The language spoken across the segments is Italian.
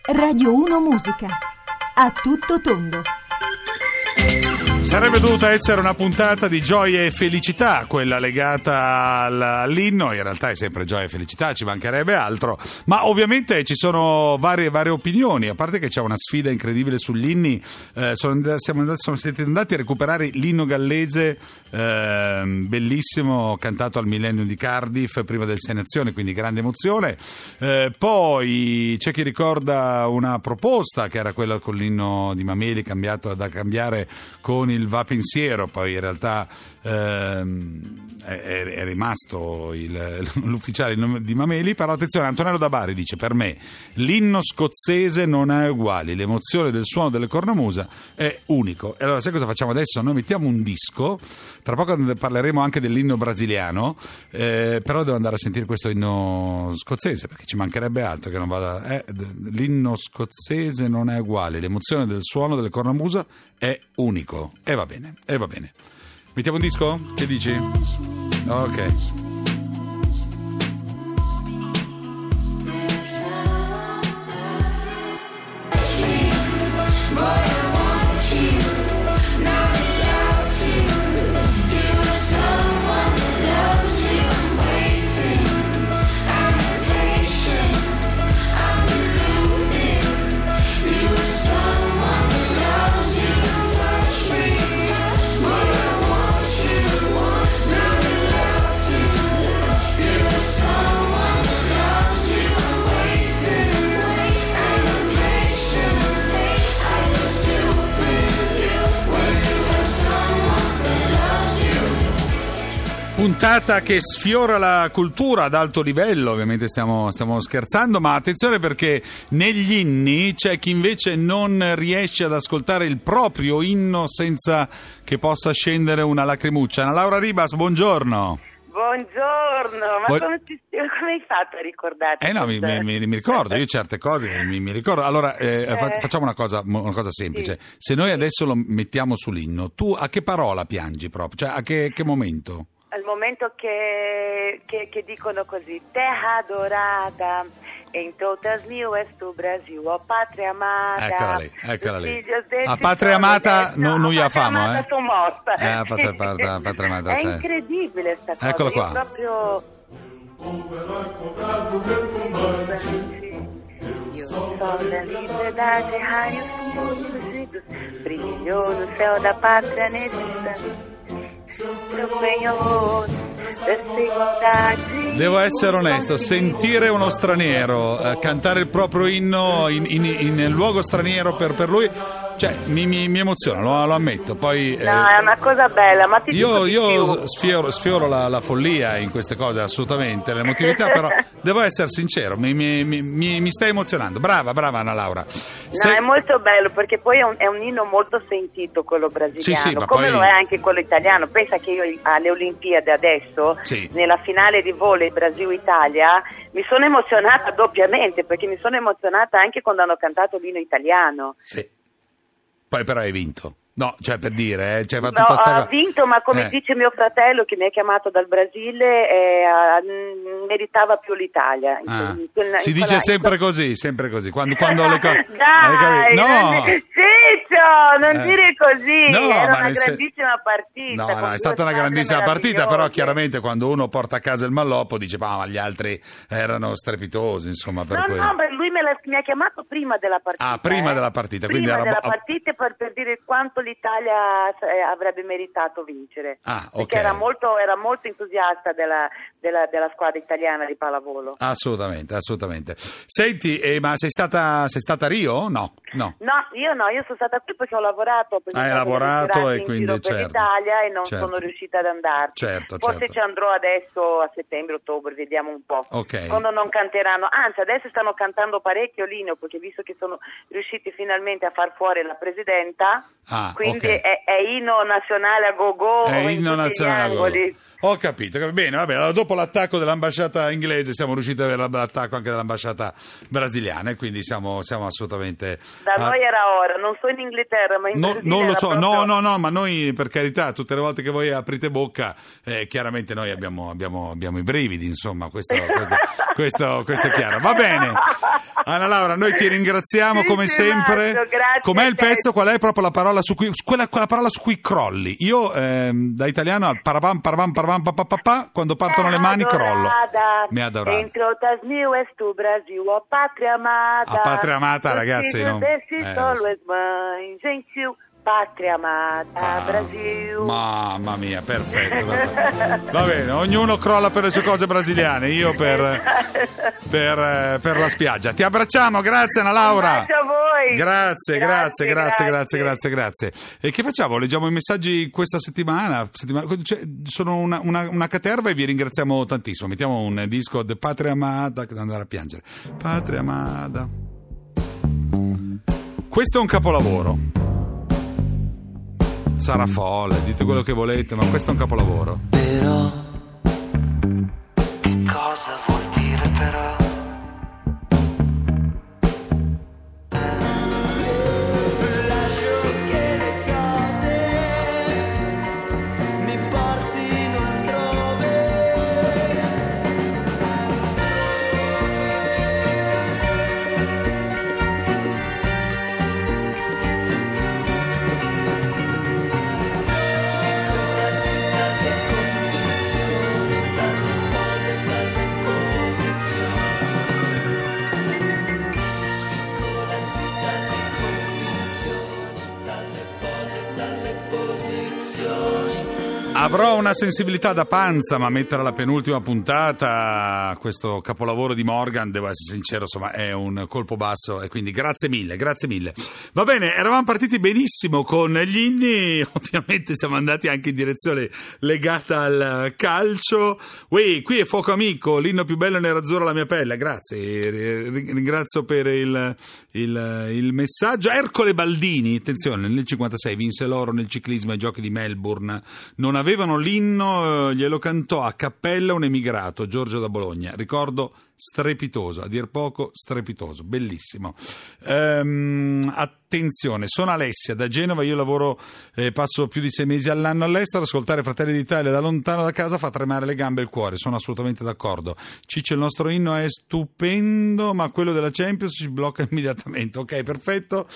Radio 1 Musica. A tutto tondo. Sarebbe dovuta essere una puntata di gioia e felicità, quella legata all'inno. In realtà è sempre gioia e felicità, ci mancherebbe altro. Ma ovviamente ci sono varie opinioni. A parte che c'è una sfida incredibile sugli inni. Siamo stati andati a recuperare l'inno gallese, bellissimo, cantato al Millennio di Cardiff prima del Sei Nazioni, quindi grande emozione. Poi c'è chi ricorda una proposta che era quella con l'inno di Mameli, cambiato da cambiare con il Va Pensiero, poi in realtà è rimasto l'ufficiale di Mameli. Però attenzione, Antonello da Bari dice: per me l'inno scozzese non ha uguali, l'emozione del suono delle cornamusa è unico. E allora sai cosa facciamo adesso? Noi mettiamo un disco, tra poco parleremo anche dell'inno brasiliano, però devo andare a sentire questo inno scozzese, perché ci mancherebbe altro che non vada. L'inno scozzese non è uguale, l'emozione del suono delle cornamusa è unico. E va bene. Mettiamo un disco? Che dici? Ok. Puntata che sfiora la cultura ad alto livello, ovviamente stiamo scherzando, ma attenzione, perché negli inni c'è chi invece non riesce ad ascoltare il proprio inno senza che possa scendere una lacrimuccia. Anna Laura Ribas, buongiorno. Buongiorno, ma come hai fatto a ricordarti? No, mi ricordo, io certe cose mi ricordo. Allora, facciamo una cosa semplice. Sì. Se noi adesso lo mettiamo sull'inno, tu a che parola piangi proprio? Cioè, a che momento? Al momento che dicono così: terra adorada, em todas mil és tu Brasil, ó pátria amata. Eccola lì. A patria amata noi la famo, sono morta. Patria amata, è incredibile sta cosa. Eccolo qua. Io sono da liberdade, raio fugidos, brilhou no céu da pátria nesse instante. Devo essere onesto, sentire uno straniero cantare il proprio inno in luogo straniero per lui, cioè mi emoziona, lo ammetto. Poi no, è una cosa bella, ma io sfioro la follia in queste cose, assolutamente, l'emotività, però devo essere sincero, mi sta emozionando. Brava Anna Laura. No, è molto bello, perché poi è un inno molto sentito, quello brasiliano, sì, come poi... lo è anche quello italiano. Pensa che io alle Olimpiadi adesso, sì, nella finale di volley Brasil-Italia, mi sono emozionata doppiamente, perché mi sono emozionata anche quando hanno cantato l'inno italiano. Sì. Poi però hai vinto. No, cioè per dire, ha vinto, ma come dice mio fratello che mi ha chiamato dal Brasile, meritava più l'Italia. Si dice sempre così, quando le cose... Dai, no! Ciccio, non dire così, no, era una grandissima partita. No, è stata una grandissima partita, però chiaramente quando uno porta a casa il malloppo dice, ma gli altri erano strepitosi, insomma. No, lui mi ha chiamato prima della partita. Prima della partita. Prima della partita, per dire quanto l'Italia avrebbe meritato vincere. Okay. Perché era molto entusiasta della squadra italiana di pallavolo. Assolutamente. Senti, ma sei stata a Rio? No, io sono stata qui perché ho lavorato. Hai lavorato e quindi per l'Italia e non sono riuscita ad andarci. Forse ci andrò adesso a settembre-ottobre, vediamo un po'. Okay. Quando non canteranno, anzi adesso stanno cantando parecchio l'inno, perché visto che sono riusciti finalmente a far fuori la presidenta, quindi okay, è inno nazionale a go-go, è inno nazionale a go-go. Ho capito. Bene, vabbè, allora, dopo l'attacco dell'ambasciata inglese siamo riusciti ad avere l'attacco anche dell'ambasciata brasiliana e quindi siamo assolutamente... Da noi era ora, non so in Inghilterra, ma in Brasile non lo so, proprio... no, ma noi per carità, tutte le volte che voi aprite bocca, chiaramente noi abbiamo i brividi, insomma, questo è chiaro. Va bene, Anna Laura, noi ti ringraziamo come sempre. Grazie. Com'è il pezzo? Qual è proprio la parola su cui quella parola su cui crolli? Io da italiano al parabam parabam parabam papapà, quando partono le mani crollo. Mi adorata. Entro tas mil es tu Brasil, ó pátria amada. A patria amata, ragazzi, no? Solo es mãe, gentil. Patria amata, Brasil. Mamma mia, perfetto. Va bene, ognuno crolla per le sue cose brasiliane, io per la spiaggia. Ti abbracciamo, grazie Anna Laura. Grazie a voi. Grazie. E che facciamo? Leggiamo i messaggi questa settimana? Sono una caterva e vi ringraziamo tantissimo. Mettiamo un disco di Patria Amata, che devo andare a piangere. Patria Amata. Questo è un capolavoro. Sarà folle, dite quello che volete, ma questo è un capolavoro. Però, che cosa vuol dire però? Lascio che le cose mi portino altrove. Avrò una sensibilità da panza, ma mettere alla penultima puntata questo capolavoro di Morgan, devo essere sincero, insomma, è un colpo basso e quindi grazie mille. Va bene, eravamo partiti benissimo con gli inni, ovviamente siamo andati anche in direzione legata al calcio. Qui è Fuoco Amico, l'inno più bello nerazzurro alla mia pelle, grazie, ringrazio per il messaggio. Ercole Baldini, attenzione, nel 56 vinse l'oro nel ciclismo ai Giochi di Melbourne, non avevano l'inno, glielo cantò a cappella un emigrato, Giorgio da Bologna. Ricordo strepitoso, a dir poco strepitoso, bellissimo. Attenzione, sono Alessia da Genova, io lavoro, passo più di 6 mesi all'anno all'estero, ascoltare Fratelli d'Italia da lontano da casa fa tremare le gambe e il cuore, sono assolutamente d'accordo. Ciccio, il nostro inno è stupendo, ma quello della Champions ci blocca immediatamente. Ok, perfetto.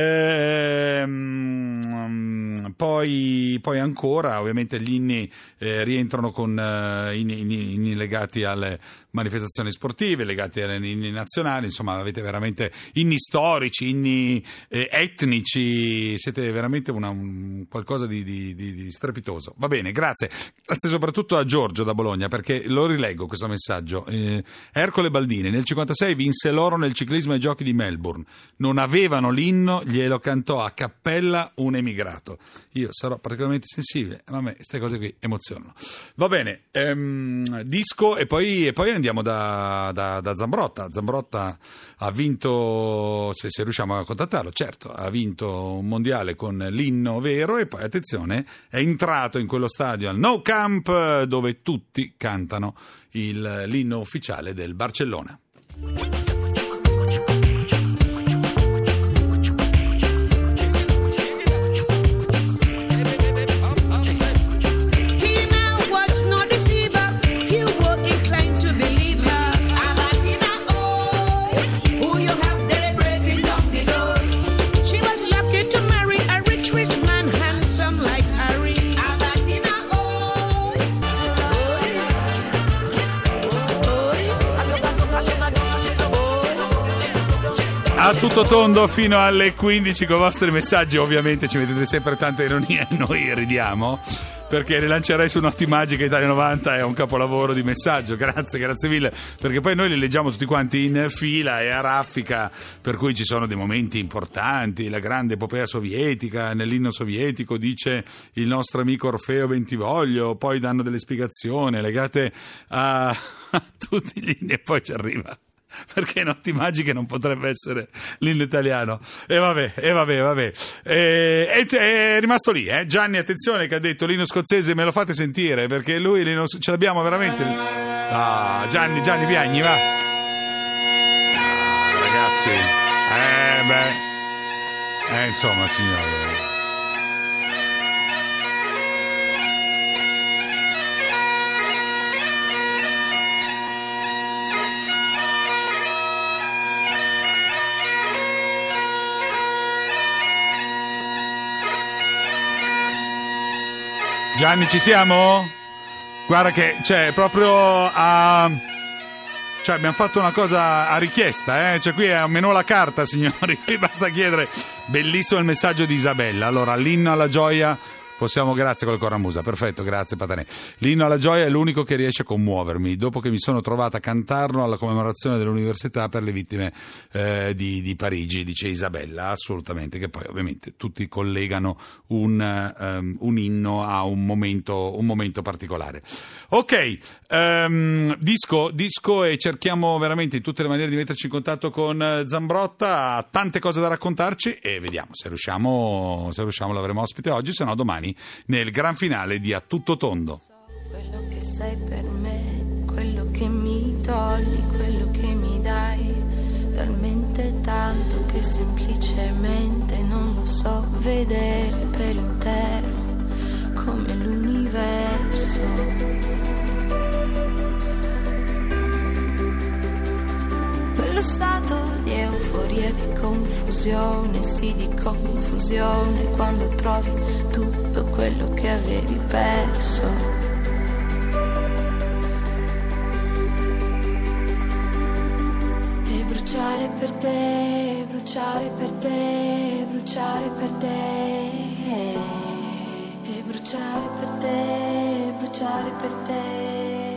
Poi ancora, ovviamente gli inni rientrano con inni legati alle manifestazioni sportive, legati agli inni nazionali, insomma avete veramente inni storici, inni etnici, siete veramente qualcosa di strepitoso. Va bene, grazie soprattutto a Giorgio da Bologna, perché lo rileggo questo messaggio. Ercole Baldini nel 56 vinse l'oro nel ciclismo ai Giochi di Melbourne, non avevano l'inno, glielo cantò a cappella un emigrato. Io sarò particolarmente sensibile, ma a me queste cose qui emozionano. Va bene, disco e poi andiamo da Zambrotta. Zambrotta ha vinto, se riusciamo a contattarlo, certo, ha vinto un mondiale con l'inno vero e poi, attenzione, è entrato in quello stadio al Nou Camp dove tutti cantano l'inno ufficiale del Barcellona. A tutto tondo fino alle 15 con i vostri messaggi, ovviamente ci mettete sempre tanta ironia e noi ridiamo, perché rilancerei su Notti Magiche Italia 90, è un capolavoro di messaggio, grazie mille, perché poi noi li leggiamo tutti quanti in fila e a raffica, per cui ci sono dei momenti importanti, la grande epopea sovietica, nell'inno sovietico dice il nostro amico Orfeo Bentivoglio, poi danno delle spiegazioni legate a tutti gli inni e poi ci arriva Perché non ti immagini che non potrebbe essere l'inno italiano? E vabbè. È rimasto lì, Gianni, attenzione, che ha detto l'inno scozzese, me lo fate sentire, perché lui ce l'abbiamo veramente. Gianni piagni, va. Ragazzi, insomma, signore. Gianni, ci siamo? Guarda che, proprio abbiamo fatto una cosa a richiesta, Cioè, qui è a menù la carta, signori, qui basta chiedere. Bellissimo il messaggio di Isabella. Allora, l'inno alla gioia, grazie col cornamusa, perfetto, grazie Patanè. L'inno alla gioia è l'unico che riesce a commuovermi, dopo che mi sono trovata a cantarlo alla commemorazione dell'università per le vittime di Parigi, dice Isabella, assolutamente, che poi ovviamente tutti collegano un inno a un momento particolare. Ok, disco, e cerchiamo veramente in tutte le maniere di metterci in contatto con Zambrotta, ha tante cose da raccontarci e vediamo se riusciamo l'avremo ospite oggi, se no domani nel gran finale di A Tutto Tondo. Quello che sei per me, quello che mi togli, quello che mi dai, talmente tanto che semplicemente non lo so vedere per intero, come l'universo. Quello stato di euforia, di confusione, sì, di confusione, quando trovi tutto quello che avevi perso. E bruciare per te, bruciare per te, bruciare per te. E bruciare per te, bruciare per te.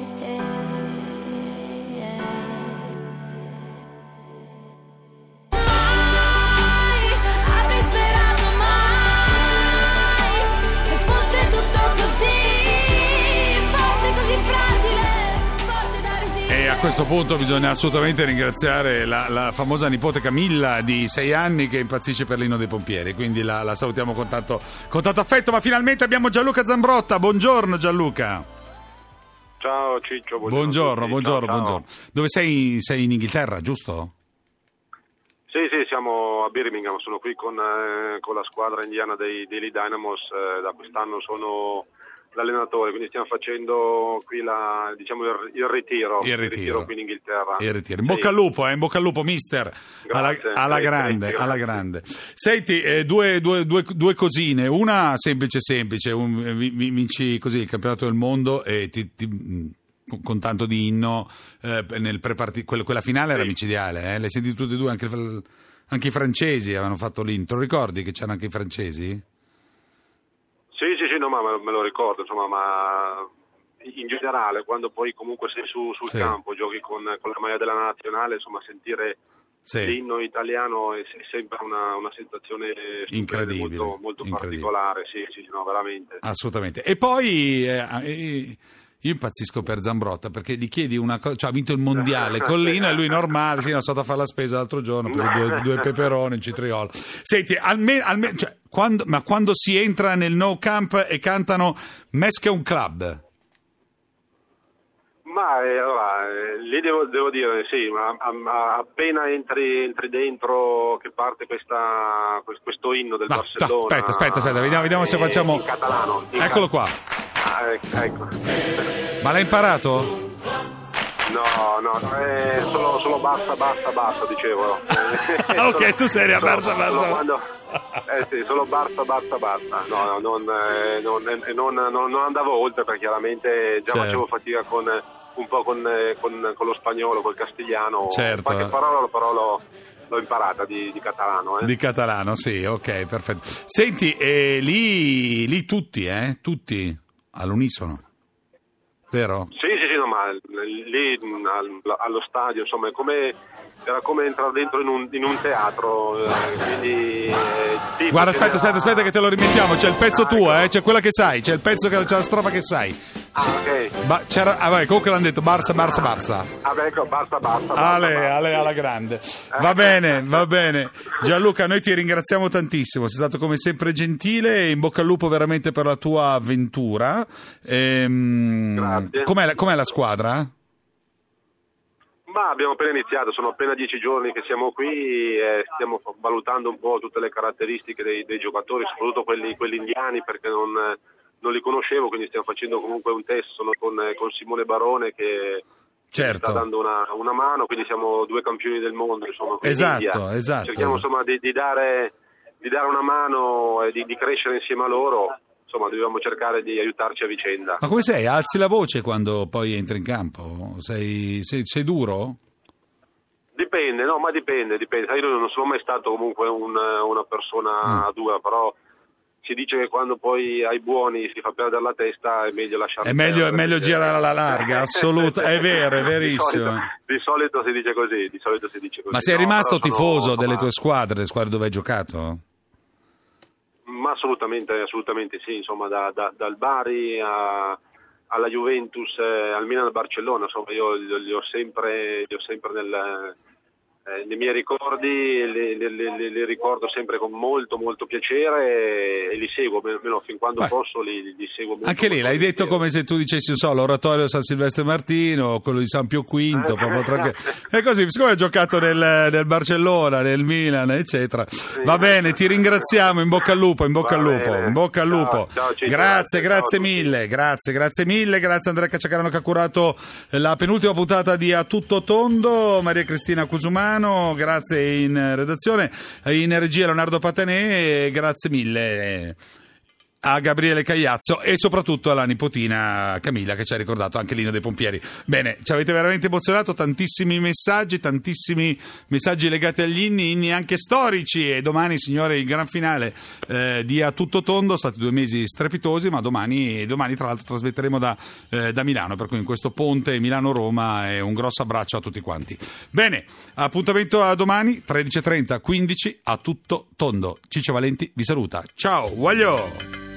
A questo punto bisogna assolutamente ringraziare la famosa nipote Camilla di 6 anni che impazzisce per l'inno dei pompieri, quindi la salutiamo con tanto affetto. Ma finalmente abbiamo Gianluca Zambrotta. Buongiorno Gianluca. Ciao Ciccio, buongiorno. Ciao. Dove sei? Sei in Inghilterra, giusto? Sì, siamo a Birmingham, sono qui con la squadra indiana dei Delhi Dynamos, da quest'anno sono l'allenatore, quindi stiamo facendo qui il ritiro qui in Inghilterra. Il ritiro. In bocca al lupo mister. Grazie, alla grande. Senti, due cosine, una semplice, vinci così il campionato del mondo e con tanto di inno nel quella finale era micidiale, l'hai sentito tutti e due, anche i francesi avevano fatto l'inno, te lo ricordi che c'erano anche i francesi? Sì, no, ma me lo ricordo, insomma, ma in generale quando poi comunque sei sul campo, giochi con la maglia della nazionale, insomma, sentire l'inno italiano è sempre una sensazione incredibile, molto particolare, sì, no, veramente. Assolutamente. E poi io impazzisco per Zambrotta perché gli chiedi una cosa, cioè ha vinto il mondiale con l'Ino e lui normale, è stato a fare la spesa l'altro giorno, per due peperoni, un citriolo. Senti, almeno cioè, quando si entra nel No Camp e cantano Mesca un club? Ma allora, lì devo dire sì, ma appena entri dentro che parte questo inno del Barcellona. Aspetta, vediamo se facciamo in catalano. Eccolo qua. Ecco. Ma l'hai imparato? No, solo basta, dicevo. Ok, tu sei a Barça. Sì, solo basta. No, non andavo oltre perché chiaramente già facevo fatica con lo spagnolo, col castigliano. Certo. Qualche parola però l'ho imparata di catalano. Di catalano, sì, ok, perfetto. Senti, lì tutti all'unisono, vero? Sì, no, ma lì allo stadio, insomma, era come entrare dentro in un teatro, quindi... Guarda, aspetta che te lo rimettiamo, c'è il pezzo tuo, c'è quella che sai, c'è il pezzo c'è la strofa che sai. ok. Comunque l'hanno detto Barça. Ecco, basta. Ale alla grande. Va bene. Gianluca, noi ti ringraziamo tantissimo, sei stato come sempre gentile e in bocca al lupo veramente per la tua avventura. Grazie. Com'è la squadra? Ma abbiamo appena iniziato, sono appena 10 giorni che siamo qui e stiamo valutando un po' tutte le caratteristiche dei giocatori, soprattutto quelli indiani, perché non li conoscevo, quindi stiamo facendo comunque un test con Simone Barone che sta dando una mano, quindi siamo 2 campioni del mondo, insomma. Esatto. Cerchiamo insomma di dare una mano e di crescere insieme a loro. Insomma, dobbiamo cercare di aiutarci a vicenda. Ma come sei? Alzi la voce quando poi entri in campo? Sei duro? Dipende. Io non sono mai stato comunque una persona dura, però si dice che quando poi ai buoni si fa perdere la testa è meglio lasciarla perdere. È meglio girare alla larga, assoluta. È vero, è verissimo. Di solito si dice così. Ma sei rimasto tifoso delle tue squadre, le squadre dove hai giocato? Ma assolutamente sì, insomma, dal Bari alla Juventus, al Milan, al Barcellona, insomma, io li ho sempre nei miei ricordi, li ricordo sempre con molto piacere e li seguo, almeno fin quando posso li seguo molto. Anche lì l'hai detto come se tu dicessi, l'oratorio San Silvestre Martino, quello di San Pio V, proprio tranquillo. E così, siccome hai giocato nel Barcellona, nel Milan, eccetera. Va bene, ti ringraziamo, in bocca al lupo. Ciao, Grazie mille, grazie Andrea Cacciacarano che ha curato la penultima puntata di A Tutto Tondo, Maria Cristina Cusumano, grazie in redazione, in regia Leonardo Patanè, e grazie mille a Gabriele Cagliazzo e soprattutto alla nipotina Camilla che ci ha ricordato anche l'Inno dei Pompieri. Bene, ci avete veramente emozionato, tantissimi messaggi legati agli inni anche storici, e domani, signore, il gran finale di A Tutto Tondo. Stati 2 mesi strepitosi, ma domani tra l'altro trasmetteremo da Milano, per cui in questo ponte Milano-Roma un grosso abbraccio a tutti quanti. Bene, appuntamento a domani 13:30, 15 A Tutto Tondo. Ciccio Valenti vi saluta, ciao, voglio!